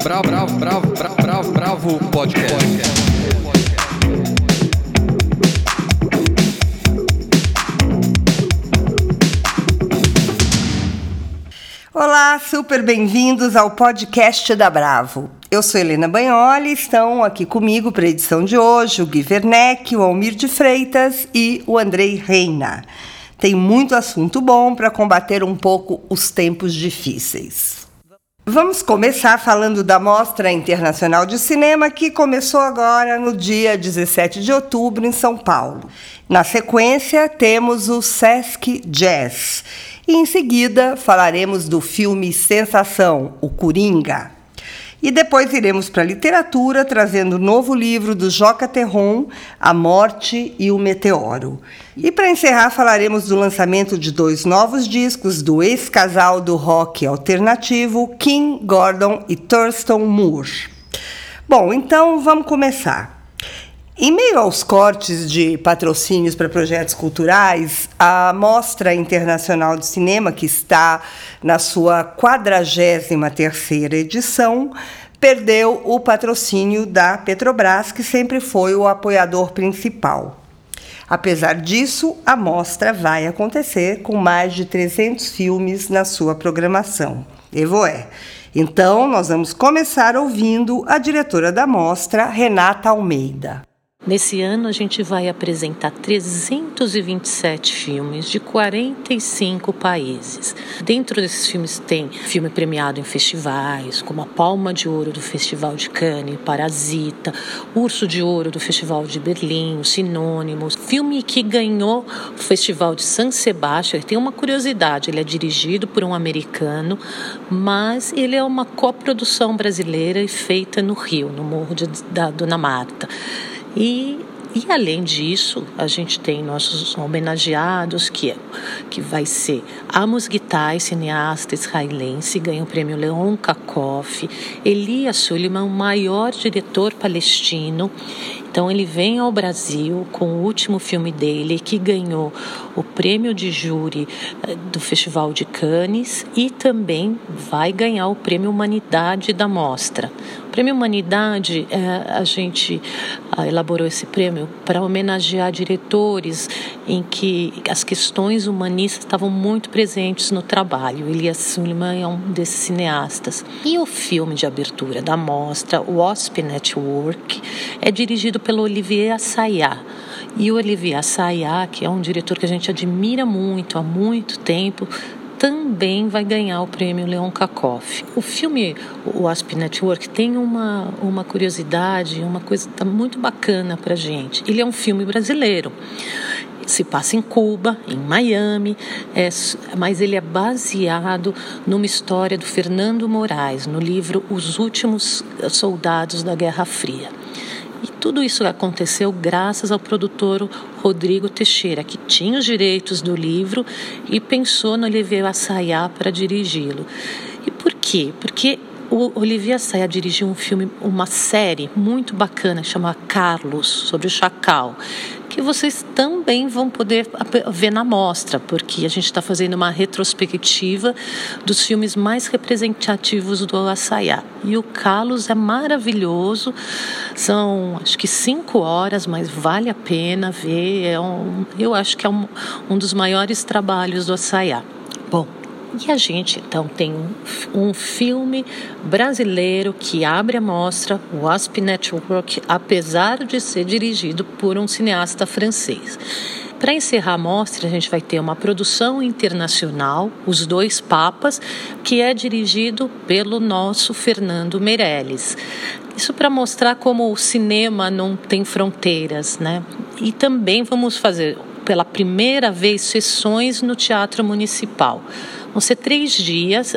Bravo Podcast. Olá, super bem-vindos ao podcast da Bravo. Eu sou Helena Bagnoli, estão aqui comigo para a edição de hoje o Gui Werneck, o Almir de Freitas e o Andrei Reina. Tem muito assunto bom para combater um pouco os tempos difíceis. Vamos começar falando da Mostra Internacional de Cinema, que começou agora no dia 17 de outubro em São Paulo. Na sequência, temos o Sesc Jazz. E em seguida, falaremos do filme Sensação, o Coringa. E depois iremos para a literatura, trazendo o novo livro do Joca Terron, A Morte e o Meteoro. E para encerrar, falaremos do lançamento de 2 novos discos do ex-casal do rock alternativo, Kim Gordon e Thurston Moore. Bom, então vamos começar. Em meio aos cortes de patrocínios para projetos culturais, a Mostra Internacional de Cinema, que está na sua 43ª edição, perdeu o patrocínio da Petrobras, que sempre foi o apoiador principal. Apesar disso, a mostra vai acontecer com mais de 300 filmes na sua programação. Evoé. Então, nós vamos começar ouvindo a diretora da mostra, Renata Almeida. Nesse ano, a gente vai apresentar 327 filmes de 45 países. Dentro desses filmes tem filme premiado em festivais, como a Palma de Ouro do Festival de Cannes, Parasita, Urso de Ouro do Festival de Berlim, Os Sinônimos. Filme que ganhou o Festival de San Sebastián. Tem uma curiosidade, ele é dirigido por um americano, mas ele é uma coprodução brasileira e feita no Rio, no Morro da Dona Marta. E além disso, a gente tem nossos homenageados, que vai ser Amos Guitai, cineasta israelense, ganha o prêmio Leon Kakoff, Elias Suleiman, o maior diretor palestino. Então ele vem ao Brasil com o último filme dele, que ganhou o prêmio de júri do Festival de Cannes e também vai ganhar o prêmio Humanidade da Mostra. O prêmio Humanidade, a gente elaborou esse prêmio para homenagear diretores em que as questões humanistas estavam muito presentes no trabalho. Elias Suleiman é um desses cineastas. E o filme de abertura da mostra, o Wasp Network, é dirigido pelo Olivier Assayas. E o Olivier Assayas, que é um diretor que a gente admira muito, há muito tempo, também vai ganhar o prêmio Leon Kakoff. O filme, o Wasp Network, tem uma curiosidade, uma coisa muito bacana para a gente. Ele é um filme brasileiro. Se passa em Cuba, em Miami, mas ele é baseado numa história do Fernando Moraes, no livro Os Últimos Soldados da Guerra Fria. E tudo isso aconteceu graças ao produtor Rodrigo Teixeira, que tinha os direitos do livro e pensou no Olivier Assayas para dirigi-lo. E por quê? Porque o Olivier Assayas dirigiu uma série muito bacana chamada Carlos, sobre o Chacal, que vocês também vão poder ver na mostra, porque a gente está fazendo uma retrospectiva dos filmes mais representativos do Assayas. E o Carlos é maravilhoso, são acho que 5 horas, mas vale a pena ver, eu acho que é um dos maiores trabalhos do Assayas. Bom, e a gente, então, tem um filme brasileiro que abre a mostra, o Wasp Network, apesar de ser dirigido por um cineasta francês. Para encerrar a mostra, a gente vai ter uma produção internacional, Os Dois Papas, que é dirigido pelo nosso Fernando Meirelles. Isso para mostrar como o cinema não tem fronteiras, né? E também vamos fazer, pela primeira vez, sessões no Teatro Municipal. Vão ser 3 dias,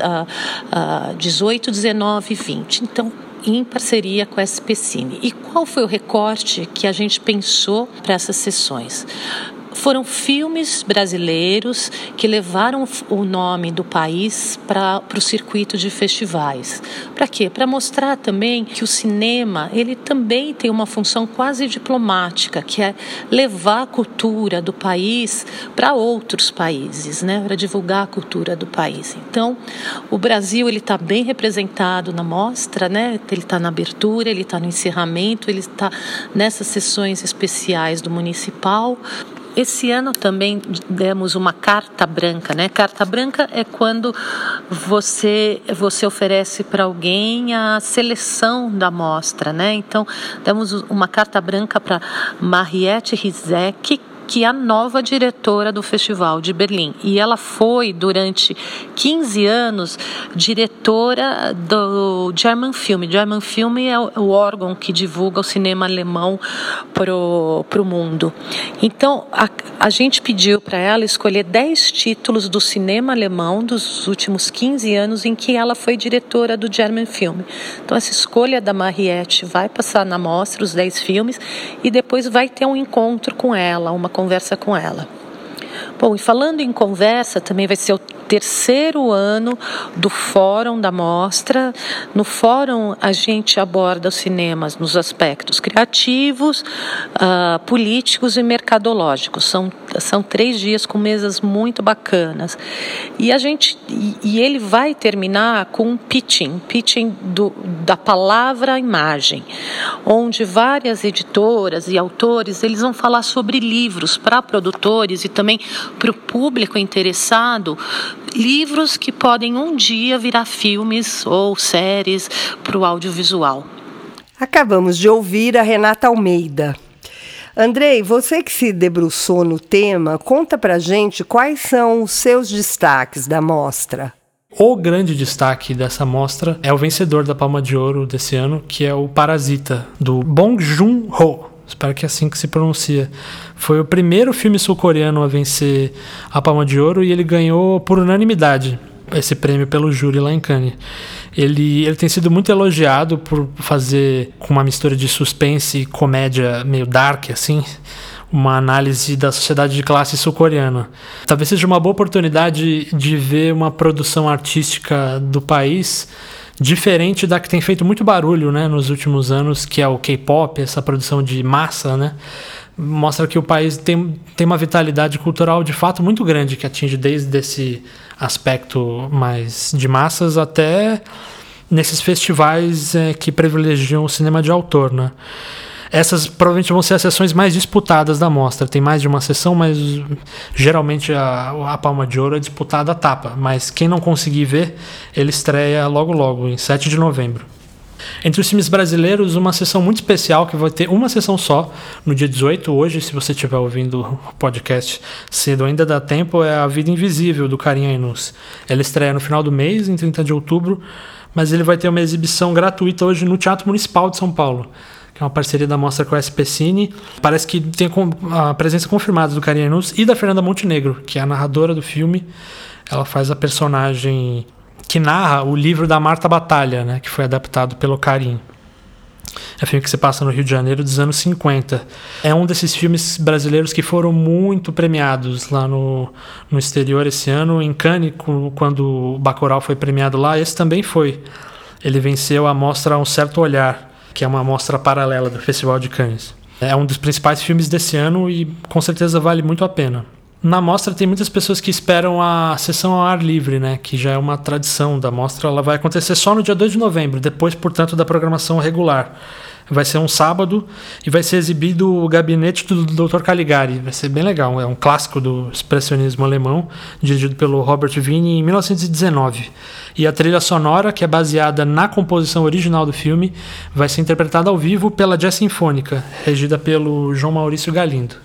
18, 19 e 20. Então, em parceria com a SPCine. E qual foi o recorte que a gente pensou para essas sessões? foram filmes brasileiros que levaram o nome do país para o circuito de festivais. Para quê? Para mostrar também que o cinema ele também tem uma função quase diplomática, que é levar a cultura do país para outros países, né? Para divulgar a cultura do país. Então, o Brasil ele está bem representado na mostra, né? Ele está na abertura, ele está no encerramento, ele está nessas sessões especiais do Municipal. Esse ano também demos uma carta branca, né? Carta branca é quando você oferece para alguém a seleção da mostra, né? Então, demos uma carta branca para Mariette Rizek, que é a nova diretora do Festival de Berlim. E ela foi, durante 15 anos, diretora do German Film. German Film é o órgão que divulga o cinema alemão pro mundo. Então, a gente pediu para ela escolher 10 títulos do cinema alemão dos últimos 15 anos em que ela foi diretora do German Film. Então, essa escolha da Mariette vai passar na mostra, os 10 filmes, e depois vai ter um encontro com ela, uma conversa com ela. Bom, e falando em conversa, também vai ser o 3º ano do Fórum da Mostra. No Fórum, a gente aborda os cinemas nos aspectos criativos, políticos e mercadológicos. São 3 dias com mesas muito bacanas. E ele vai terminar com um pitching da palavra à imagem, onde várias editoras e autores eles vão falar sobre livros para produtores e também para o público interessado, livros que podem um dia virar filmes ou séries para o audiovisual. Acabamos de ouvir a Renata Almeida. Andrei, você que se debruçou no tema, conta pra gente quais são os seus destaques da mostra. O grande destaque dessa mostra é o vencedor da Palma de Ouro desse ano, que é o Parasita, do Bong Joon-ho. Espero que é assim que se pronuncia. Foi o primeiro filme sul-coreano a vencer a Palma de Ouro e ele ganhou por unanimidade esse prêmio pelo júri lá em Cannes. Ele tem sido muito elogiado por fazer, com uma mistura de suspense e comédia meio dark, assim, uma análise da sociedade de classe sul-coreana. Talvez seja uma boa oportunidade de ver uma produção artística do país diferente da que tem feito muito barulho, né, nos últimos anos, que é o K-pop, essa produção de massa, né? Mostra que o país tem uma vitalidade cultural de fato muito grande, que atinge desde esse aspecto mais de massas até nesses festivais que privilegiam o cinema de autor, né? Essas provavelmente vão ser as sessões mais disputadas da mostra. Tem mais de uma sessão, mas geralmente a Palma de Ouro é disputada a tapa. Mas quem não conseguir ver, ele estreia logo, em 7 de novembro. Entre os filmes brasileiros, uma sessão muito especial, que vai ter uma sessão só, no dia 18, hoje, se você estiver ouvindo o podcast cedo, ainda dá tempo, é A Vida Invisível, do Karim Ainus. Ela estreia no final do mês, em 30 de outubro, mas ele vai ter uma exibição gratuita hoje no Teatro Municipal de São Paulo, que é uma parceria da mostra com a SP Cine. Parece que tem a presença confirmada do Karim Ainus e da Fernanda Montenegro, que é a narradora do filme. Ela faz a personagem que narra o livro da Marta Batalha, né, que foi adaptado pelo Karim. É um filme que se passa no Rio de Janeiro dos anos 50. É um desses filmes brasileiros que foram muito premiados lá no exterior esse ano. Em Cannes, quando o Bacurau foi premiado lá, esse também foi. Ele venceu a mostra Um Certo Olhar, que é uma mostra paralela do Festival de Cannes. É um dos principais filmes desse ano e com certeza vale muito a pena. Na mostra tem muitas pessoas que esperam a sessão ao ar livre, né, que já é uma tradição da mostra. Ela vai acontecer só no dia 2 de novembro, depois, portanto, da programação regular. Vai ser um sábado e vai ser exibido o Gabinete do Dr. Caligari. Vai ser bem legal. É um clássico do expressionismo alemão, dirigido pelo Robert Wiene em 1919. E a trilha sonora, que é baseada na composição original do filme, vai ser interpretada ao vivo pela Jazz Sinfônica, regida pelo João Maurício Galindo.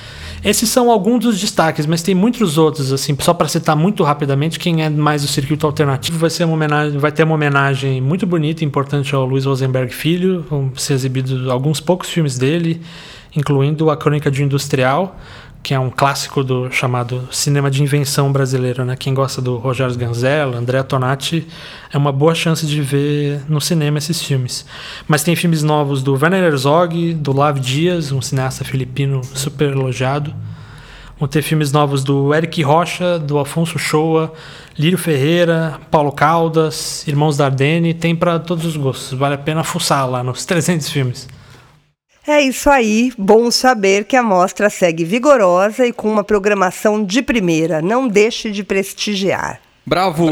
Esses são alguns dos destaques, mas tem muitos outros, assim, só para citar muito rapidamente. Quem é mais do circuito alternativo vai ter uma homenagem muito bonita e importante ao Luiz Rosenberg Filho. Vão ser exibidos alguns poucos filmes dele, incluindo A Crônica de um Industrial, que é um clássico do chamado cinema de invenção brasileiro, né? Quem gosta do Rogério Sganzella, Andrea Tonati, é uma boa chance de ver no cinema esses filmes. Mas tem filmes novos do Werner Herzog, do Lav Dias, um cineasta filipino super elogiado, Vão ter filmes novos do Eric Rocha, do Afonso Shoa, Lírio Ferreira, Paulo Caldas, Irmãos Dardenne. Tem para todos os gostos. Vale a pena fuçar lá nos 300 filmes. É isso aí, bom saber que a mostra segue vigorosa e com uma programação de primeira. Não deixe de prestigiar. Bravo.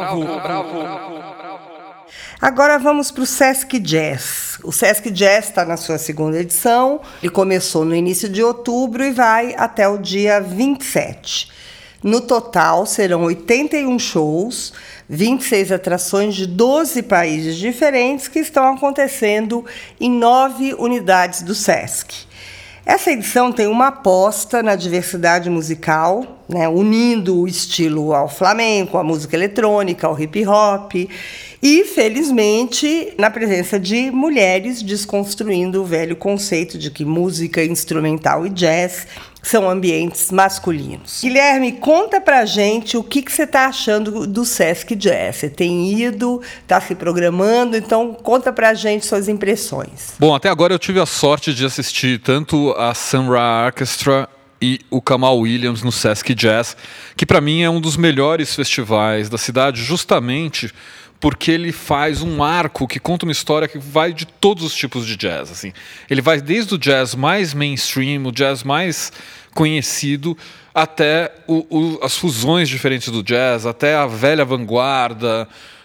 Agora vamos para o Sesc Jazz. O Sesc Jazz está na sua segunda edição e começou no início de outubro e vai até o dia 27. No total, serão 81 shows, 26 atrações de 12 países diferentes que estão acontecendo em 9 unidades do Sesc. Essa edição tem uma aposta na diversidade musical, né, unindo o estilo ao flamenco, à música eletrônica, ao hip-hop e, felizmente, na presença de mulheres desconstruindo o velho conceito de que música instrumental e jazz são ambientes masculinos. Guilherme, conta pra gente o que você está achando do Sesc Jazz. Você tem ido, está se programando, então conta pra gente suas impressões. Bom, até agora eu tive a sorte de assistir tanto a Sun Ra Orchestra e o Kamal Williams no Sesc Jazz, que para mim é um dos melhores festivais da cidade, justamente porque ele faz um arco que conta uma história que vai de todos os tipos de jazz. Assim. Ele vai desde o jazz mais mainstream, o jazz mais conhecido, até as fusões diferentes do jazz, até a velha vanguarda.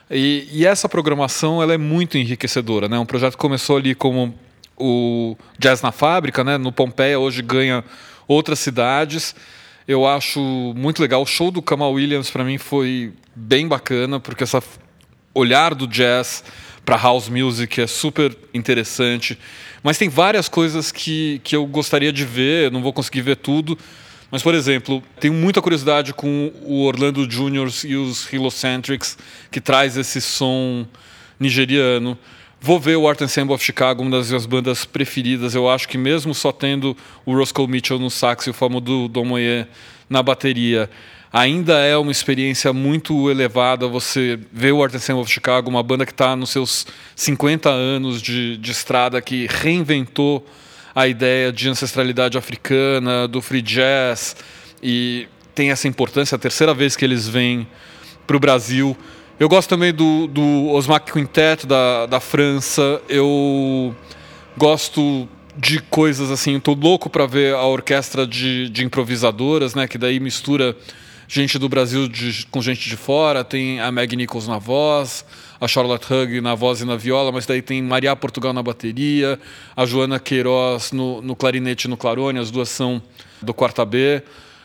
E essa programação ela é muito enriquecedora. Né? Um projeto que começou ali como o Jazz na Fábrica, né? No Pompeia, hoje ganha outras cidades. Eu acho muito legal. O show do Kamal Williams, para mim, foi bem bacana, porque essa olhar do jazz para house music é super interessante, mas tem várias coisas que eu gostaria de ver, não vou conseguir ver tudo, mas, por exemplo, tenho muita curiosidade com o Orlando Juniors e os Hellocentrics, que traz esse som nigeriano. Vou ver o Art Ensemble of Chicago, uma das minhas bandas preferidas. Eu acho que mesmo só tendo o Roscoe Mitchell no sax e o Famoudou Domoye na bateria, ainda é uma experiência muito elevada você ver o Art Ensemble of Chicago, uma banda que está nos seus 50 anos de estrada, que reinventou a ideia de ancestralidade africana, do free jazz, e tem essa importância, a terceira vez que eles vêm para o Brasil. Eu gosto também do Osmak Quintet, da França. Eu gosto de coisas assim, estou louco para ver a orquestra de improvisadoras, né, que daí mistura gente do Brasil com gente de fora. Tem a Meg Nichols na voz, a Charlotte Hugg na voz e na viola, mas daí tem Maria Portugal na bateria, a Joana Queiroz no clarinete e no clarone, as duas são do Quarta B,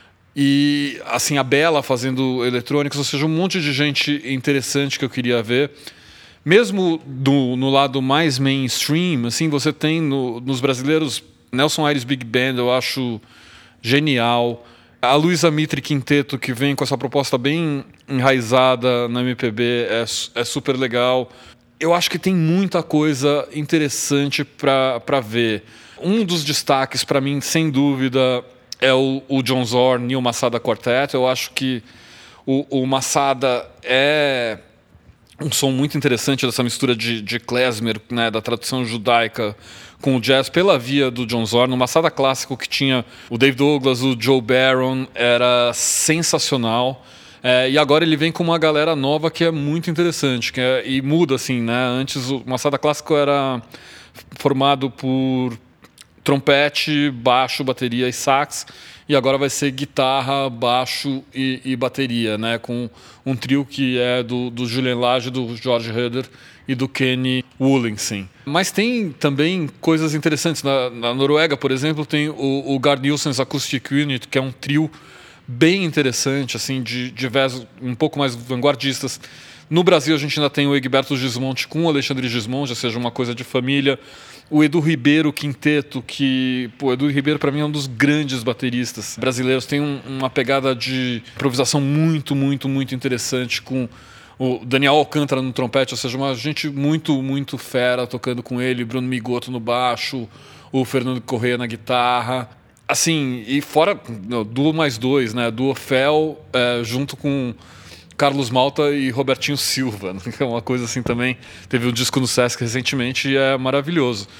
e assim, a Bela fazendo eletrônicos, ou seja, um monte de gente interessante que eu queria ver. Mesmo no lado mais mainstream, assim, você tem nos brasileiros Nelson Aires Big Band, eu acho genial. A Luísa Mitre Quinteto, que vem com essa proposta bem enraizada na MPB, é super legal. Eu acho que tem muita coisa interessante para ver. Um dos destaques, para mim, sem dúvida, é o John Zorn e o Masada Quartet. Eu acho que o Masada é um som muito interessante dessa mistura de klezmer, né, da tradução judaica com o jazz pela via do John Zorn. O Masada clássico que tinha o Dave Douglas, o Joe Barron, era sensacional. E agora ele vem com uma galera nova que é muito interessante, e muda assim, né? Antes o Masada clássico era formado por trompete, baixo, bateria e sax, e agora vai ser guitarra, baixo e bateria, né? Com um trio que é do Julian Lage, do George Huder e do Kenny Wollingsen. Mas tem também coisas interessantes. Na Noruega, por exemplo, tem o Gard Nielsen's Acoustic Unit, que é um trio bem interessante, assim, de jazz um pouco mais vanguardistas. No Brasil, a gente ainda tem o Egberto Gismonti com o Alexandre Gismonti, ou seja, uma coisa de família. O Edu Ribeiro Quinteto, o Edu Ribeiro para mim é um dos grandes bateristas brasileiros. Tem uma pegada de improvisação muito, muito, muito interessante, com o Daniel Alcântara no trompete, ou seja, uma gente muito, muito fera tocando com ele, Bruno Migoto no baixo, o Fernando Corrêa na guitarra. Assim, e fora duo mais dois, né? Duo Fel, junto com Carlos Malta e Robertinho Silva, né? Que é uma coisa assim também. Teve um disco no Sesc recentemente e é maravilhoso.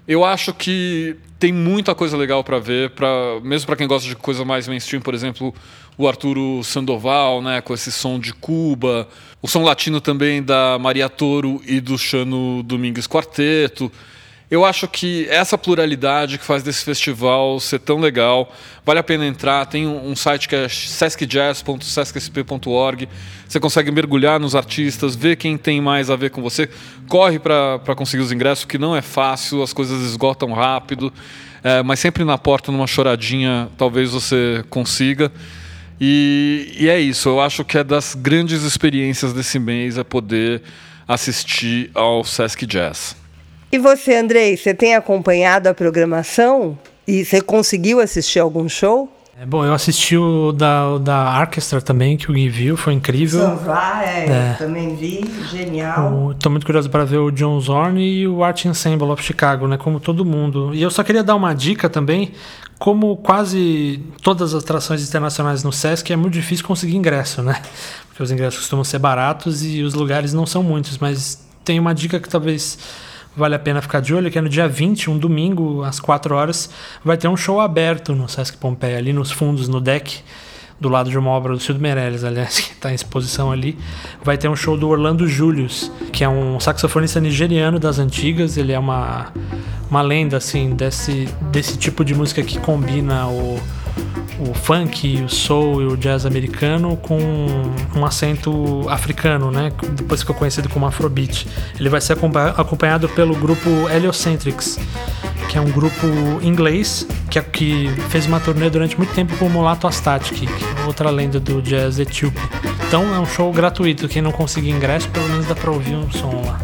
Eu acho que tem muita coisa legal para ver, mesmo para quem gosta de coisa mais mainstream, por exemplo, o Arturo Sandoval, né, com esse som de Cuba, o som latino também da Maria Toro e do Chano Domingues Quarteto. Eu acho que essa pluralidade que faz desse festival ser tão legal, vale a pena entrar. Tem um site que é sescjazz.sescsp.org. Você consegue mergulhar nos artistas, ver quem tem mais a ver com você. Corre para conseguir os ingressos, que não é fácil, as coisas esgotam rápido. Mas sempre na porta, numa choradinha, talvez você consiga. E é isso, eu acho que é das grandes experiências desse mês é poder assistir ao Sesc Jazz. E você, Andrei, você tem acompanhado a programação? E você conseguiu assistir algum show? Bom, eu assisti o da Orchestra também, que o Gui viu, foi incrível. Também vi, genial. Estou muito curioso para ver o John Zorn e o Art Ensemble of Chicago, né, como todo mundo. E eu só queria dar uma dica também, como quase todas as atrações internacionais no Sesc, é muito difícil conseguir ingresso, né? Porque os ingressos costumam ser baratos e os lugares não são muitos, mas tem uma dica que talvez vale a pena ficar de olho, que é no dia 20, um domingo, às 4 horas, vai ter um show aberto no Sesc Pompeia, ali nos fundos, no deck, do lado de uma obra do Cildo Meirelles, aliás, que está em exposição ali. Vai ter um show do Orlando Julius, que é um saxofonista nigeriano das antigas. Ele é uma lenda, assim, desse tipo de música que combina o funk, o soul e o jazz americano com um acento africano, né? Depois ficou conhecido como Afrobeat. Ele vai ser acompanhado pelo grupo Heliocentrics, que é um grupo inglês que fez uma turnê durante muito tempo com o Mulato Astatke, que é outra lenda do jazz etíope. Então é um show gratuito, quem não conseguir ingresso, pelo menos dá pra ouvir um som lá.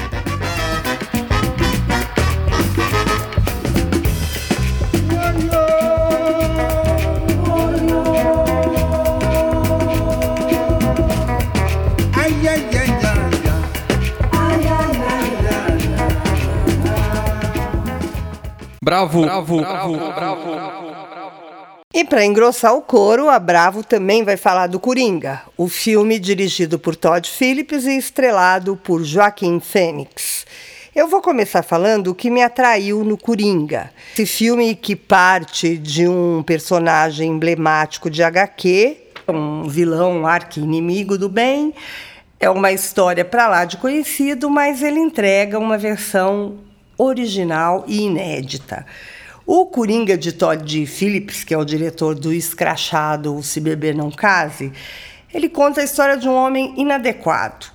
Bravo. E para engrossar o coro, a Bravo também vai falar do Coringa, o filme dirigido por Todd Phillips e estrelado por Joaquin Phoenix. Eu vou começar falando o que me atraiu no Coringa. Esse filme que parte de um personagem emblemático de HQ, um vilão arqui-inimigo do bem. É uma história para lá de conhecido, mas ele entrega uma versão original e inédita. O Coringa de Todd Phillips, que é o diretor do escrachado Se Beber Não Case, ele conta a história de um homem inadequado.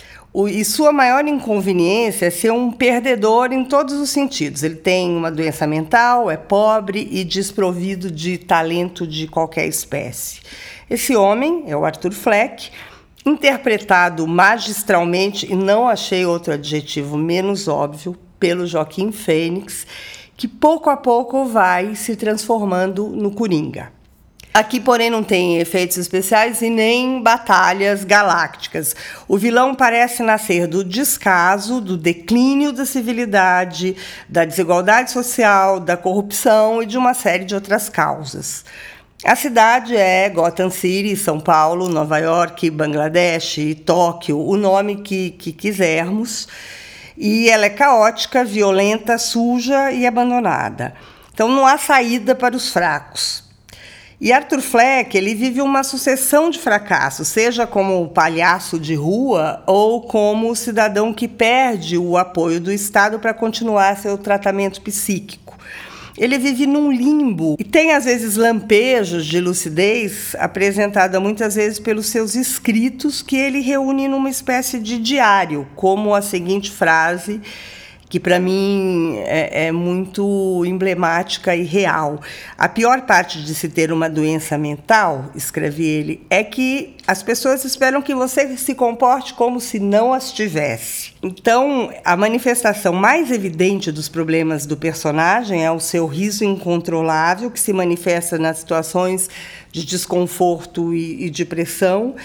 E sua maior inconveniência é ser um perdedor em todos os sentidos. Ele tem uma doença mental, é pobre e desprovido de talento de qualquer espécie. Esse homem é o Arthur Fleck, interpretado magistralmente, e não achei outro adjetivo menos óbvio, pelo Joaquin Phoenix, que pouco a pouco vai se transformando no Coringa. Aqui, porém, não tem efeitos especiais e nem batalhas galácticas. O vilão parece nascer do descaso, do declínio da civilidade, da desigualdade social, da corrupção e de uma série de outras causas. A cidade é Gotham City, São Paulo, Nova York, Bangladesh, Tóquio, o nome que quisermos. E ela é caótica, violenta, suja e abandonada. Então não há saída para os fracos. E Arthur Fleck, ele vive uma sucessão de fracassos, seja como palhaço de rua ou como cidadão que perde o apoio do Estado para continuar seu tratamento psíquico. Ele vive num limbo e tem, às vezes, lampejos de lucidez, apresentada muitas vezes pelos seus escritos, que ele reúne numa espécie de diário, como a seguinte frase, que para mim é muito emblemática e real. A pior parte de se ter uma doença mental, escreve ele, é que as pessoas esperam que você se comporte como se não as tivesse. Então, a manifestação mais evidente dos problemas do personagem é o seu riso incontrolável, que se manifesta nas situações de desconforto e de pressão.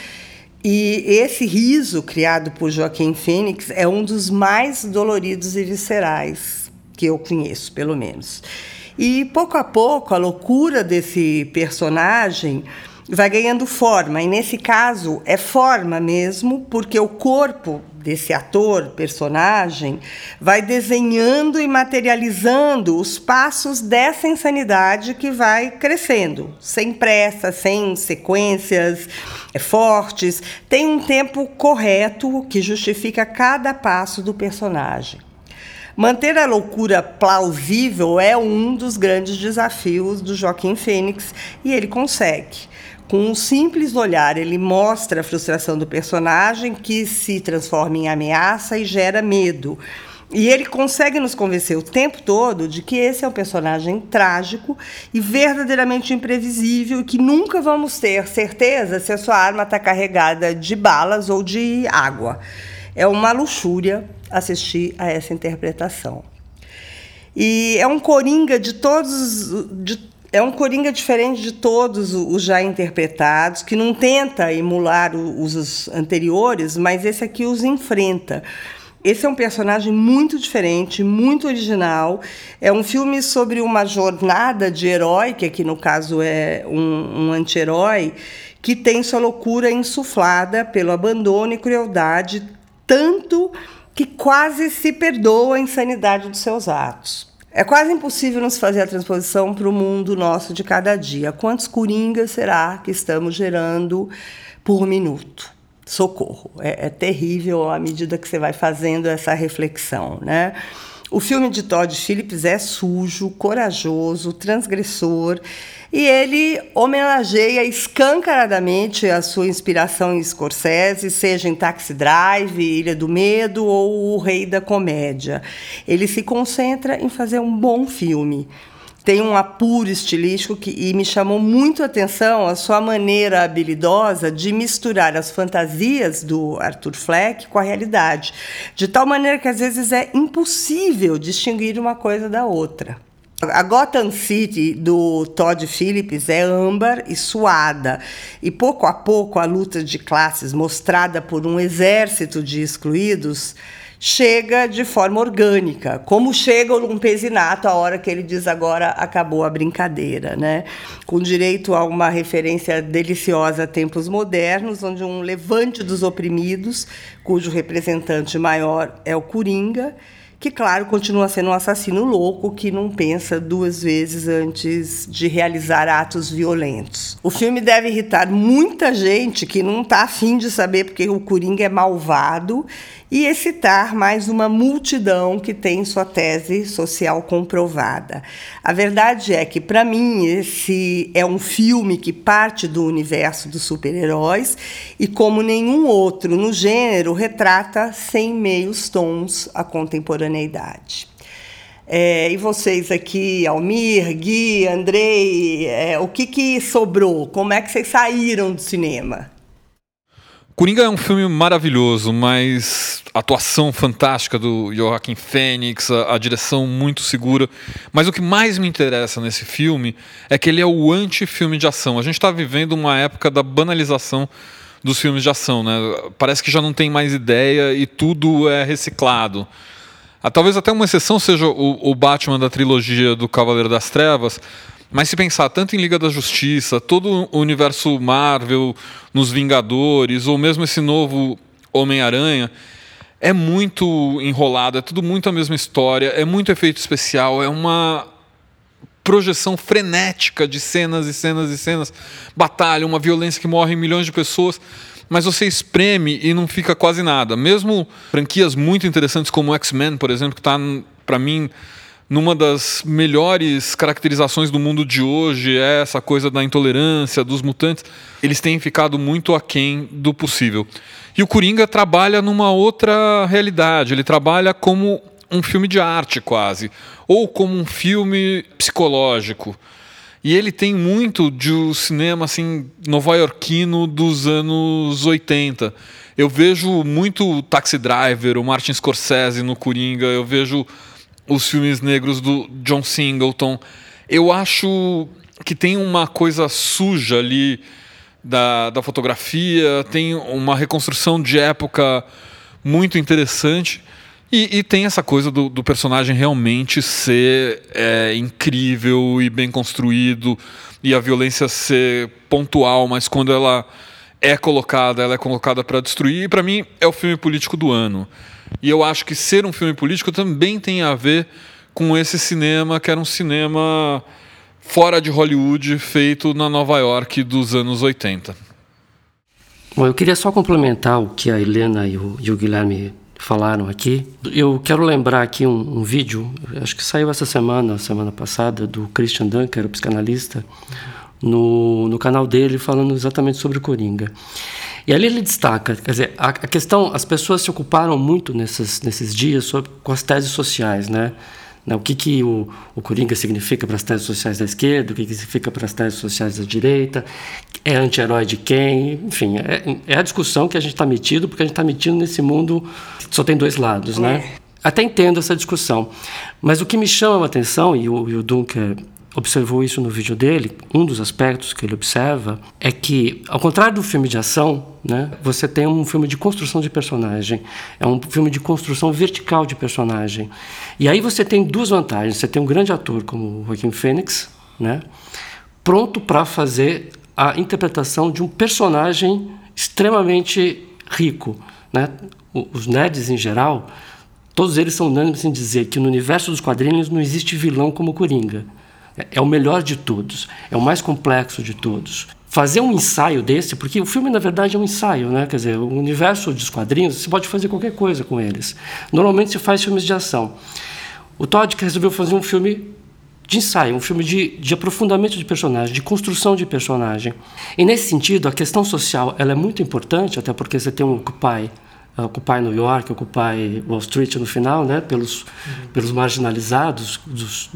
E esse riso, criado por Joaquin Phoenix, é um dos mais doloridos e viscerais que eu conheço, pelo menos. E, pouco a pouco, a loucura desse personagem vai ganhando forma. E, nesse caso, é forma mesmo, porque o corpo desse ator, personagem, vai desenhando e materializando os passos dessa insanidade que vai crescendo, sem pressa, sem sequências fortes. Tem um tempo correto que justifica cada passo do personagem. Manter a loucura plausível é um dos grandes desafios do Joaquin Phoenix, e ele consegue. Com um simples olhar, ele mostra a frustração do personagem, que se transforma em ameaça e gera medo. E ele consegue nos convencer o tempo todo de que esse é um personagem trágico e verdadeiramente imprevisível, e que nunca vamos ter certeza se a sua arma está carregada de balas ou de água. É uma luxúria assistir a essa interpretação. E é um Coringa é um Coringa diferente de todos os já interpretados, que não tenta emular os anteriores, mas esse aqui os enfrenta. Esse é um personagem muito diferente, muito original. É um filme sobre uma jornada de herói, que aqui no caso é um anti-herói, que tem sua loucura insuflada pelo abandono e crueldade, tanto que quase se perdoa a insanidade dos seus atos. É quase impossível nos fazer a transposição para o mundo nosso de cada dia. Quantos coringas será que estamos gerando por minuto? Socorro. É terrível à medida que você vai fazendo essa reflexão, né? O filme de Todd Phillips é sujo, corajoso, transgressor, e ele homenageia escancaradamente a sua inspiração em Scorsese, seja em Taxi Drive, Ilha do Medo ou O Rei da Comédia. Ele se concentra em fazer um bom filme. Tem um apuro estilístico e me chamou muito a atenção a sua maneira habilidosa de misturar as fantasias do Arthur Fleck com a realidade, de tal maneira que às vezes é impossível distinguir uma coisa da outra. A Gotham City do Todd Phillips é âmbar e suada, e pouco a pouco a luta de classes mostrada por um exército de excluídos chega de forma orgânica, como chega o Lumpesinato a hora que ele diz agora acabou a brincadeira, né? Com direito a uma referência deliciosa a tempos modernos, onde um levante dos oprimidos, cujo representante maior é o Coringa, que, claro, continua sendo um assassino louco que não pensa duas vezes antes de realizar atos violentos. O filme deve irritar muita gente que não está afim de saber porque o Coringa é malvado e excitar mais uma multidão que tem sua tese social comprovada. A verdade é que, para mim, esse é um filme que parte do universo dos super-heróis e, como nenhum outro no gênero, retrata sem meios tons a contemporaneidade. E vocês aqui, Almir, Gui, Andrei, o que sobrou? Como é que vocês saíram do cinema? Coringa é um filme maravilhoso, mas a atuação fantástica do Joaquin Phoenix, a direção muito segura. Mas o que mais me interessa nesse filme é que ele é o anti-filme de ação. A gente está vivendo uma época da banalização dos filmes de ação, né? Parece que já não tem mais ideia e tudo é reciclado. Talvez até uma exceção seja o Batman da trilogia do Cavaleiro das Trevas, mas se pensar tanto em Liga da Justiça, todo o universo Marvel, nos Vingadores, ou mesmo esse novo Homem-Aranha, é muito enrolado, é tudo muito a mesma história, é muito efeito especial, é uma projeção frenética de cenas e cenas e cenas, batalha, uma violência que morre milhões de pessoas, mas você espreme e não fica quase nada. Mesmo franquias muito interessantes como o X-Men, por exemplo, que está, para mim, numa das melhores caracterizações do mundo de hoje, é essa coisa da intolerância, dos mutantes, eles têm ficado muito aquém do possível. E o Coringa trabalha numa outra realidade, ele trabalha como um filme de arte quase, ou como um filme psicológico. E ele tem muito de cinema assim, nova-iorquino dos anos 80. Eu vejo muito Taxi Driver, o Martin Scorsese no Coringa, eu vejo os filmes negros do John Singleton. Eu acho que tem uma coisa suja ali da fotografia, tem uma reconstrução de época muito interessante e tem essa coisa do personagem realmente ser incrível e bem construído e a violência ser pontual, mas quando ela ela é colocada para destruir, e para mim é o filme político do ano. E eu acho que ser um filme político também tem a ver com esse cinema, que era um cinema fora de Hollywood, feito na Nova York dos anos 80. Bom, eu queria só complementar o que a Helena e o Guilherme falaram aqui. Eu quero lembrar aqui um vídeo, acho que saiu essa semana passada, do Christian Dunker, o psicanalista, no canal dele, falando exatamente sobre o Coringa. E ali ele destaca, quer dizer, a questão, as pessoas se ocuparam muito nesses dias com as teses sociais, né? O que o Coringa significa para as teses sociais da esquerda, o que significa para as teses sociais da direita, é anti-herói de quem, enfim, é a discussão que a gente está metido, porque a gente está metido nesse mundo que só tem dois lados, né? Até entendo essa discussão, mas o que me chama a atenção, e o Dunker observou isso no vídeo dele, um dos aspectos que ele observa é que, ao contrário do filme de ação, né, você tem um filme de construção de personagem, é um filme de construção vertical de personagem. E aí você tem duas vantagens. Você tem um grande ator como o Joaquin Phoenix, né, pronto para fazer a interpretação de um personagem extremamente rico, né? Os nerds, em geral, todos eles são unânimes em dizer que no universo dos quadrinhos não existe vilão como Coringa. É o melhor de todos, é o mais complexo de todos. Fazer um ensaio desse, porque o filme, na verdade, é um ensaio, né? Quer dizer, o universo dos quadrinhos, você pode fazer qualquer coisa com eles. Normalmente se faz filmes de ação. O Todd resolveu fazer um filme de ensaio, um filme de aprofundamento de personagem, de construção de personagem. E, nesse sentido, a questão social ela é muito importante, até porque você tem um Occupy New York, Occupy Wall Street no final, né, pelos marginalizados, dos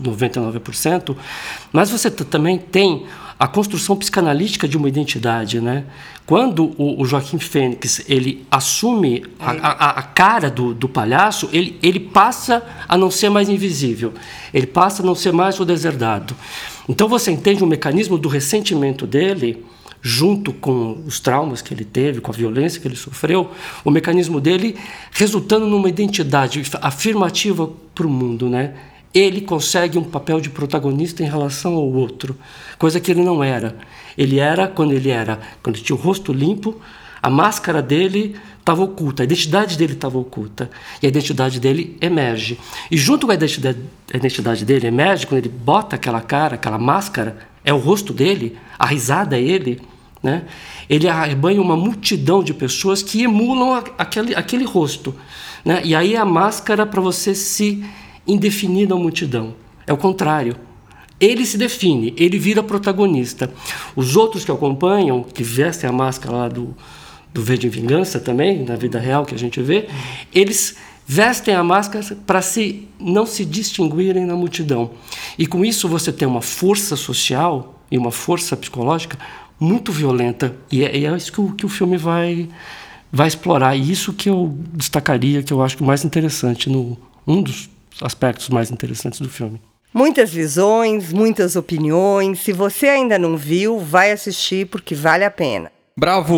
99%, mas você também tem a construção psicanalítica de uma identidade, né? Quando o Joaquin Phoenix ele assume a cara do palhaço, ele passa a não ser mais invisível, ele passa a não ser mais o deserdado. Então você entende o mecanismo do ressentimento dele, junto com os traumas que ele teve, com a violência que ele sofreu, o mecanismo dele resultando numa identidade afirmativa para o mundo, né? Ele consegue um papel de protagonista em relação ao outro, coisa que ele não era. Ele era, quando ele tinha o rosto limpo, a máscara dele estava oculta, a identidade dele estava oculta, e a identidade dele emerge. E junto com a identidade dele emerge, quando ele bota aquela cara, aquela máscara, é o rosto dele, a risada é ele, né? Ele arrebanha uma multidão de pessoas que emulam aquele rosto, né? E aí é a máscara para você se indefinir na multidão. É o contrário. Ele se define, ele vira protagonista. Os outros que acompanham, que vestem a máscara lá do V de Vingança também, na vida real que a gente vê, eles vestem a máscara para não se distinguirem na multidão. E com isso você tem uma força social e uma força psicológica muito violenta. E é isso que o filme vai explorar. E isso que eu destacaria, que eu acho que o mais interessante, um dos aspectos mais interessantes do filme. Muitas visões, muitas opiniões. Se você ainda não viu, vai assistir porque vale a pena. Bravo.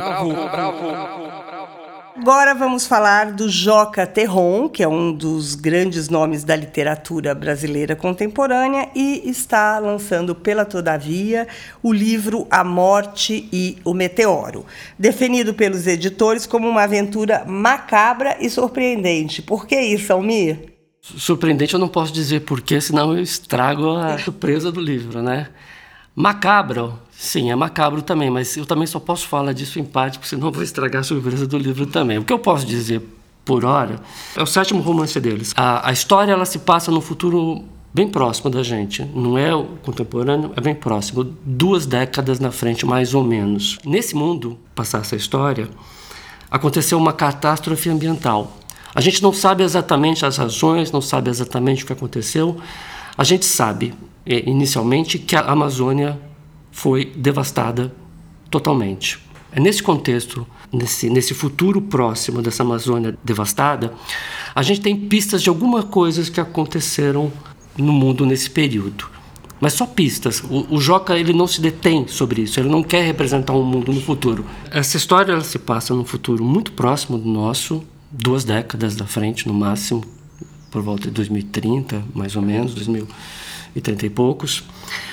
Agora vamos falar do Joca Terron, que é um dos grandes nomes da literatura brasileira contemporânea e está lançando pela Todavia o livro A Morte e o Meteoro, definido pelos editores como uma aventura macabra e surpreendente. Por que isso, Almir? Surpreendente eu não posso dizer porquê, senão eu estrago a surpresa do livro, né? Macabro, sim, é macabro também, mas eu também só posso falar disso em parte, porque senão eu vou estragar a surpresa do livro também. O que eu posso dizer por hora é o 7º romance deles. A história ela se passa no futuro bem próximo da gente, não é o contemporâneo, é bem próximo, 2 décadas na frente, mais ou menos. Nesse mundo, passar essa história, aconteceu uma catástrofe ambiental. A gente não sabe exatamente as razões, não sabe exatamente o que aconteceu. A gente sabe, inicialmente, que a Amazônia foi devastada totalmente. É nesse contexto, nesse futuro próximo dessa Amazônia devastada, a gente tem pistas de algumas coisas que aconteceram no mundo nesse período. Mas só pistas. O Joca ele não se detém sobre isso, ele não quer representar um mundo no futuro. Essa história ela se passa num futuro muito próximo do nosso, 2 décadas da frente, no máximo, por volta de 2030, mais ou menos, 2030 e poucos,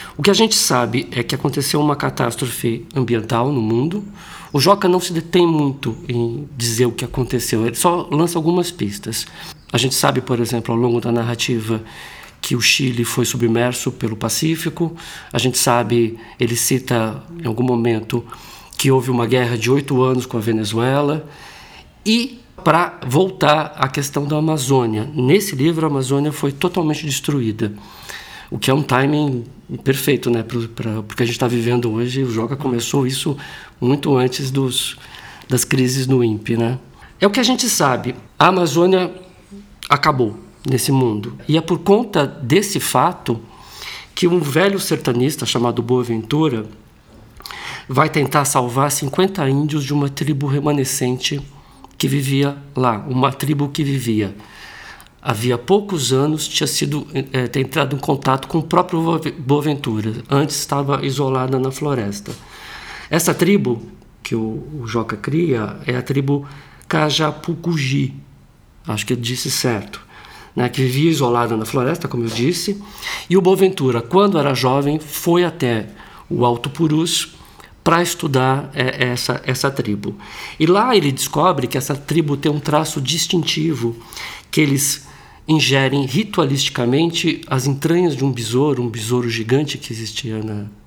O que a gente sabe é que aconteceu uma catástrofe ambiental no mundo. O Joca não se detém muito em dizer o que aconteceu, ele só lança algumas pistas. A gente sabe, por exemplo, ao longo da narrativa, que o Chile foi submerso pelo Pacífico. A gente sabe, ele cita em algum momento que houve uma guerra de 8 anos com a Venezuela. E para voltar à questão da Amazônia, nesse livro a Amazônia foi totalmente destruída, o que é um timing perfeito, né, para o que a gente está vivendo hoje. O Joca começou isso muito antes das crises no INPE, né? É o que a gente sabe, a Amazônia acabou nesse mundo. E é por conta desse fato que um velho sertanista chamado Boaventura vai tentar salvar 50 índios de uma tribo remanescente que vivia lá, uma tribo que vivia. Havia poucos anos tinha entrado em contato com o próprio Boaventura, antes estava isolada na floresta. Essa tribo que o Joca cria é a tribo Cajapucuji, acho que eu disse certo, né, que vivia isolada na floresta, como eu disse, e o Boaventura, quando era jovem, foi até o Alto Purus para estudar essa tribo. E lá ele descobre que essa tribo tem um traço distintivo, que eles ingerem ritualisticamente as entranhas de um besouro gigante que existia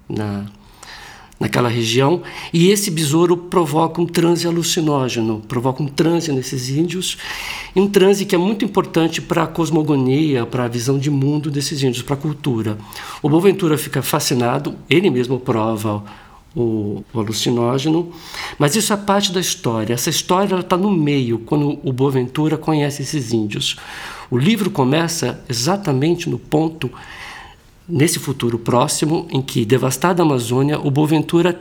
naquela região, e esse besouro provoca um transe alucinógeno, provoca um transe nesses índios, e um transe que é muito importante para a cosmogonia, para a visão de mundo desses índios, para a cultura. O Boaventura fica fascinado, ele mesmo prova o alucinógeno, mas isso é parte da história. Essa história está no meio, quando o Boaventura conhece esses índios. O livro começa exatamente no ponto, nesse futuro próximo, em que, devastada a Amazônia, o Boaventura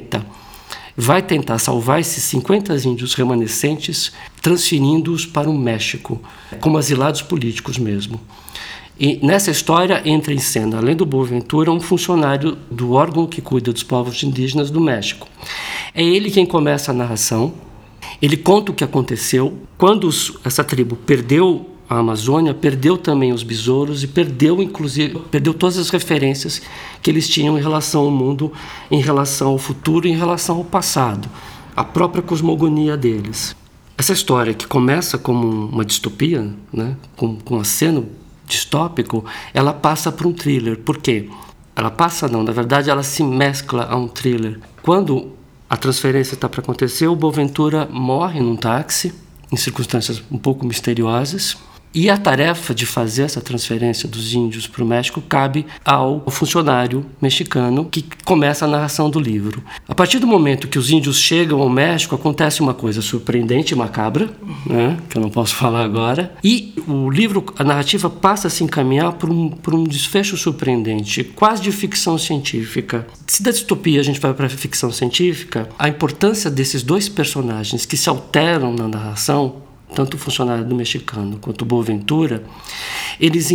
vai tentar salvar esses 50 índios remanescentes, transferindo-os para o México, como asilados políticos mesmo. E nessa história entra em cena, além do Boaventura, um funcionário do órgão que cuida dos povos indígenas do México. É ele quem começa a narração. Ele conta o que aconteceu. Quando essa tribo perdeu a Amazônia, perdeu também os besouros e perdeu todas as referências que eles tinham em relação ao mundo, em relação ao futuro, em relação ao passado, a própria cosmogonia deles. Essa história, que começa como uma distopia, né, com um aceno distópico, ela passa por um thriller. Por quê? Na verdade ela se mescla a um thriller. Quando a transferência está para acontecer, o Boaventura morre num táxi, em circunstâncias um pouco misteriosas, e a tarefa de fazer essa transferência dos índios para o México cabe ao funcionário mexicano que começa a narração do livro. A partir do momento que os índios chegam ao México, acontece uma coisa surpreendente e macabra, né, que eu não posso falar agora, e o livro, a narrativa passa a se encaminhar por um desfecho surpreendente, quase de ficção científica. Se da distopia a gente vai para a ficção científica, a importância desses dois personagens que se alteram na narração, tanto o funcionário do mexicano quanto o Boaventura, eles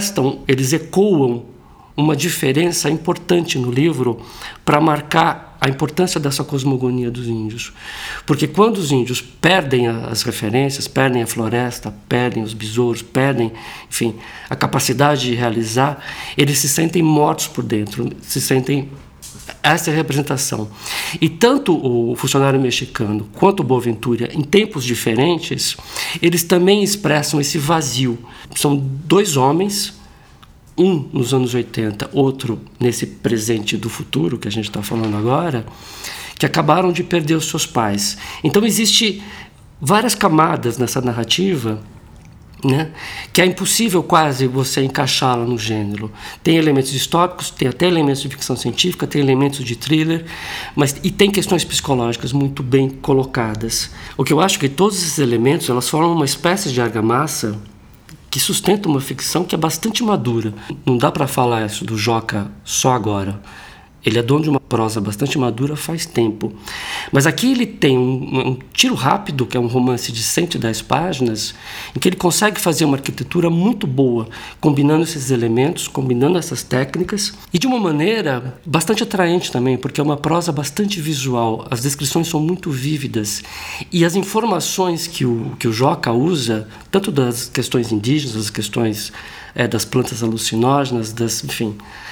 ecoam uma diferença importante no livro para marcar a importância dessa cosmogonia dos índios. Porque quando os índios perdem as referências, perdem a floresta, perdem os besouros, perdem, enfim, a capacidade de realizar, eles se sentem mortos por dentro, essa é a representação. E tanto o funcionário mexicano quanto o Boaventura, em tempos diferentes, eles também expressam esse vazio. São dois homens, um nos anos 80, outro nesse presente do futuro que a gente está falando agora, que acabaram de perder os seus pais. Então existe várias camadas nessa narrativa, né, que é impossível quase você encaixá-la no gênero. Tem elementos distópicos, tem até elementos de ficção científica, tem elementos de thriller, e tem questões psicológicas muito bem colocadas. O que eu acho que todos esses elementos, elas formam uma espécie de argamassa que sustenta uma ficção que é bastante madura. Não dá para falar isso do Joca só agora. Ele é dono de uma prosa bastante madura faz tempo. Mas aqui ele tem um tiro rápido, que é um romance de 110 páginas, em que ele consegue fazer uma arquitetura muito boa, combinando esses elementos, combinando essas técnicas, e de uma maneira bastante atraente também, porque é uma prosa bastante visual. As descrições são muito vívidas. E as informações que o Joca usa, tanto das questões indígenas, das questões das plantas alucinógenas, enfim,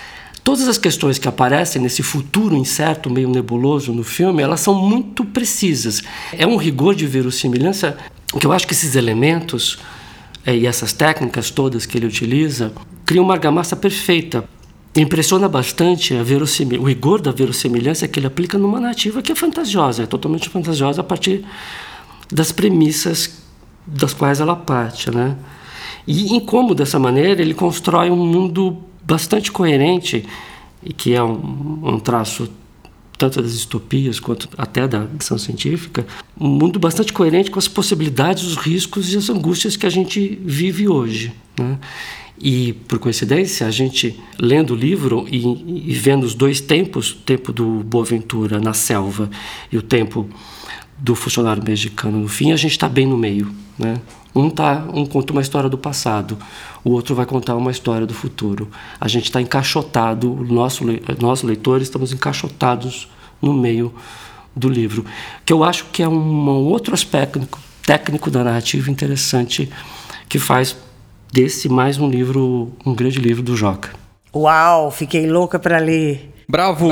todas as questões que aparecem nesse futuro incerto, meio nebuloso no filme, elas são muito precisas. É um rigor de verossimilhança que eu acho que esses elementos e essas técnicas todas que ele utiliza criam uma argamassa perfeita. Impressiona bastante o rigor da verossimilhança que ele aplica numa narrativa que é fantasiosa, é totalmente fantasiosa a partir das premissas das quais ela parte, né? E em como, dessa maneira, ele constrói um mundo bastante coerente, e que é um traço tanto das distopias quanto até da ficção científica, um mundo bastante coerente com as possibilidades, os riscos e as angústias que a gente vive hoje, né? E, por coincidência, a gente, lendo o livro e vendo os dois tempos, o tempo do Boaventura na selva e o tempo do funcionário mexicano no fim, a gente está bem no meio, né? Um conta uma história do passado, o outro vai contar uma história do futuro. A gente está encaixotado, nós leitores estamos encaixotados no meio do livro, que eu acho que é um outro aspecto técnico da narrativa interessante, que faz desse mais um livro, um grande livro do Joca. Uau, fiquei louca para ler. Bravo.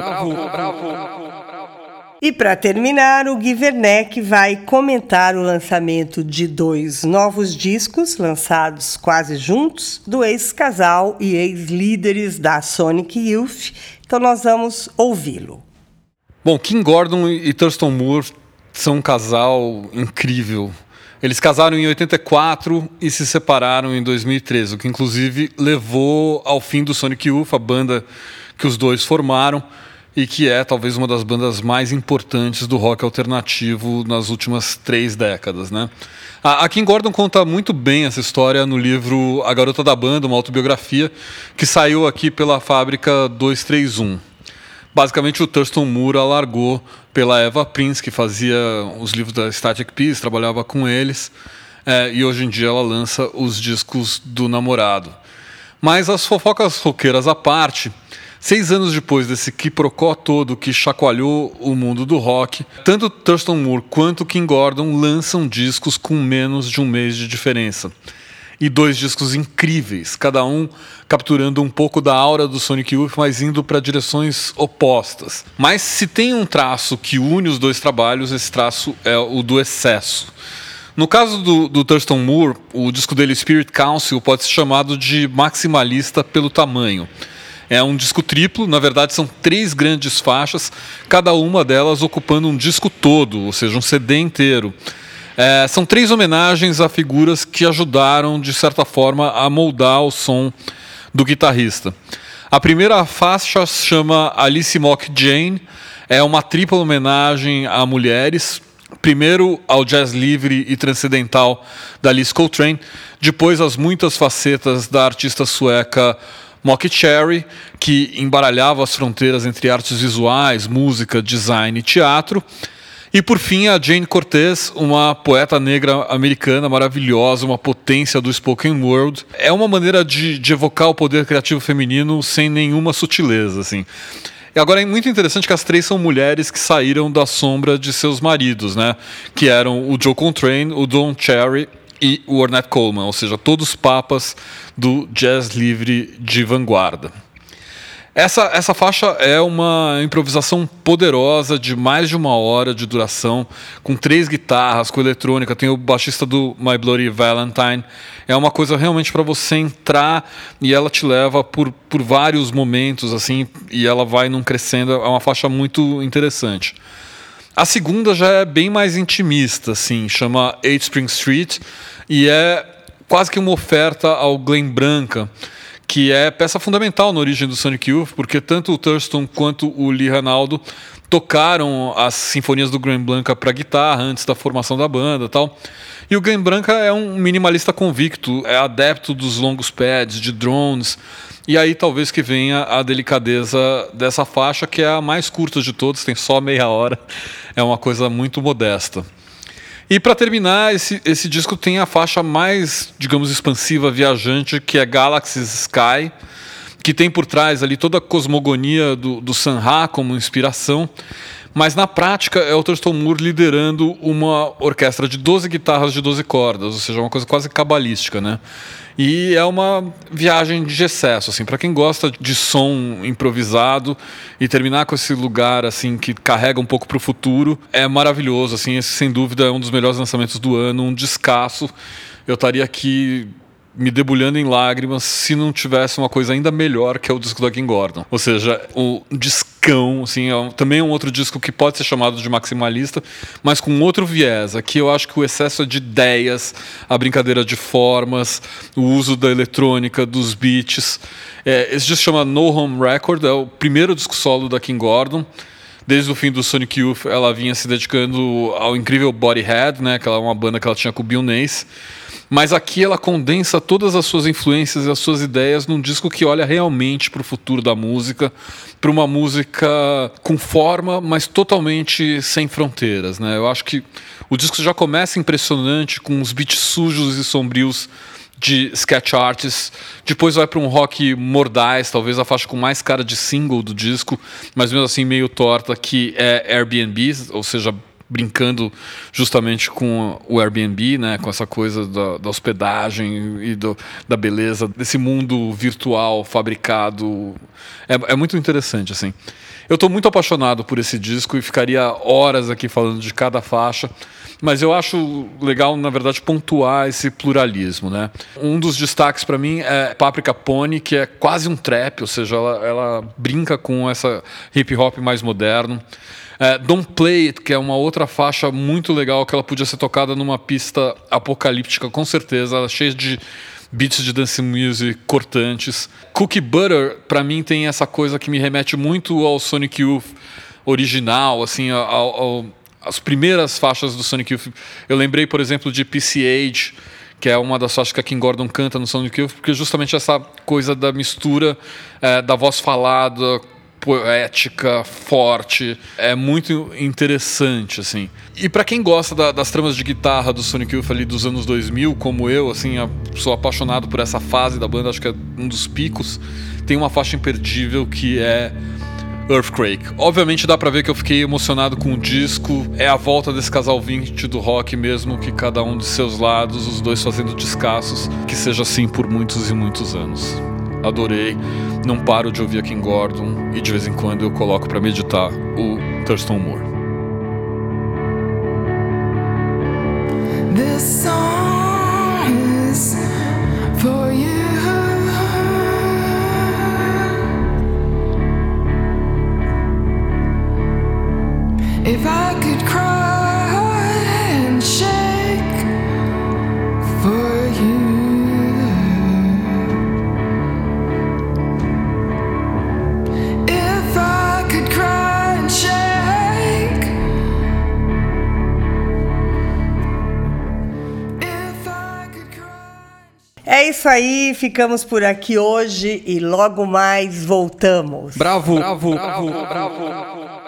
E para terminar, o Gui Werneck vai comentar o lançamento de 2 novos discos, lançados quase juntos, do ex-casal e ex-líderes da Sonic Youth. Então nós vamos ouvi-lo. Bom, Kim Gordon e Thurston Moore são um casal incrível. Eles casaram em 84 e se separaram em 2013, o que inclusive levou ao fim do Sonic Youth, a banda que os dois formaram, e que é talvez uma das bandas mais importantes do rock alternativo nas últimas 3 décadas, né? A Kim Gordon conta muito bem essa história no livro A Garota da Banda, uma autobiografia, que saiu aqui pela Fábrica 231. Basicamente, o Thurston Moore a largou pela Eva Prince, que fazia os livros da Static Peas, trabalhava com eles, e hoje em dia ela lança os discos do namorado. Mas as fofocas roqueiras à parte, 6 anos depois desse quiprocó todo que chacoalhou o mundo do rock, tanto Thurston Moore quanto Kim Gordon lançam discos com menos de um mês de diferença. E 2 discos incríveis, cada um capturando um pouco da aura do Sonic Youth, mas indo para direções opostas. Mas se tem um traço que une os 2 trabalhos, esse traço é o do excesso. No caso do Thurston Moore, o disco dele, Spirit Council, pode ser chamado de maximalista pelo tamanho. É um disco triplo, na verdade são 3 grandes faixas, cada uma delas ocupando um disco todo, ou seja, um CD inteiro. São 3 homenagens a figuras que ajudaram, de certa forma, a moldar o som do guitarrista. A primeira faixa se chama Alice Mock Jane, é uma tripla homenagem a mulheres. Primeiro ao jazz livre e transcendental da Alice Coltrane, depois às muitas facetas da artista sueca Mock Cherry, que embaralhava as fronteiras entre artes visuais, música, design e teatro. E, por fim, a Jane Cortez, uma poeta negra americana maravilhosa, uma potência do spoken word. É uma maneira de evocar o poder criativo feminino sem nenhuma sutileza, assim. E agora é muito interessante que as 3 são mulheres que saíram da sombra de seus maridos, né? Que eram o Joe Coltrane, o Don Cherry e o Ornette Coleman, ou seja, todos papas do jazz livre de vanguarda. Essa faixa é uma improvisação poderosa de mais de 1 hora de duração, com 3 guitarras, com eletrônica, tem o baixista do My Bloody Valentine. É uma coisa realmente para você entrar e ela te leva por vários momentos, assim, e ela vai num crescendo, é uma faixa muito interessante. A segunda já é bem mais intimista, assim, chama 8 Spring Street, e é quase que uma oferta ao Glenn Branca, que é peça fundamental na origem do Sonic Youth, porque tanto o Thurston quanto o Lee Ranaldo tocaram as sinfonias do Glenn Branca para guitarra antes da formação da banda e tal. E o Glenn Branca é um minimalista convicto, é adepto dos longos pads, de drones, e aí talvez que venha a delicadeza dessa faixa, que é a mais curta de todas, tem só meia hora, é uma coisa muito modesta. E para terminar, esse disco tem a faixa mais, digamos, expansiva, viajante, que é Galaxy's Sky, que tem por trás ali toda a cosmogonia do Sun Ra como inspiração, Mas na prática é o Thurston Moore liderando uma orquestra de 12 guitarras de 12 cordas, ou seja, uma coisa quase cabalística, né? E é uma viagem de excesso, assim, para quem gosta de som improvisado e terminar com esse lugar assim que carrega um pouco para o futuro, é maravilhoso, assim, esse sem dúvida é um dos melhores lançamentos do ano, um descasso. Eu estaria aqui me debulhando em lágrimas se não tivesse uma coisa ainda melhor, que é o disco do King Gordon. Ou seja, o discão, assim, também é um outro disco que pode ser chamado de maximalista, mas com outro viés. Aqui eu acho que o excesso é de ideias, a brincadeira de formas, o uso da eletrônica, dos beats. Esse disco chama No Home Record, é o primeiro disco solo da King Gordon. Desde o fim do Sonic Youth, ela vinha se dedicando ao incrível Bodyhead, né, que é uma banda que ela tinha com o Bill Nace. Mas aqui ela condensa todas as suas influências e as suas ideias num disco que olha realmente para o futuro da música, para uma música com forma, mas totalmente sem fronteiras, né? Eu acho que o disco já começa impressionante, com uns beats sujos e sombrios de sketch artists, depois vai para um rock mordaz, talvez a faixa com mais cara de single do disco, mas mesmo assim meio torta, que é Airbnb, ou seja, brincando justamente com o Airbnb, né, com essa coisa da hospedagem e da beleza desse mundo virtual fabricado. É muito interessante, assim. Eu estou muito apaixonado por esse disco e ficaria horas aqui falando de cada faixa, mas eu acho legal, na verdade, pontuar esse pluralismo, né? Um dos destaques para mim é Paprika Pony, que é quase um trap, ou seja, ela brinca com essa hip hop mais moderno. Don't Play It, que é uma outra faixa muito legal, que ela podia ser tocada numa pista apocalíptica, com certeza, ela é cheia de beats de dance music cortantes. Cookie Butter, para mim, tem essa coisa que me remete muito ao Sonic Youth original, assim, as primeiras faixas do Sonic Youth. Eu lembrei, por exemplo, de PCH, que é uma das faixas que a King Gordon canta no Sonic Youth, porque justamente essa coisa da mistura da voz falada, poética, forte, é muito interessante, assim. E para quem gosta das tramas de guitarra do Sonic Youth ali dos anos 2000, como eu, assim, sou apaixonado por essa fase da banda, acho que é um dos picos, tem uma faixa imperdível que é Earthquake. Obviamente dá pra ver que eu fiquei emocionado com o disco, é a volta desse casal 20 do rock mesmo, que cada um de seus lados, os dois fazendo descassos, que seja assim por muitos e muitos anos. Adorei, não paro de ouvir a King Gordon e de vez em quando eu coloco pra meditar o Thurston Moore. This song is for you. If I could cry and shake for you. If I could cry and shake. If I could cry. É isso aí, ficamos por aqui hoje e logo mais voltamos. Bravo, bravo, bravo, bravo, bravo.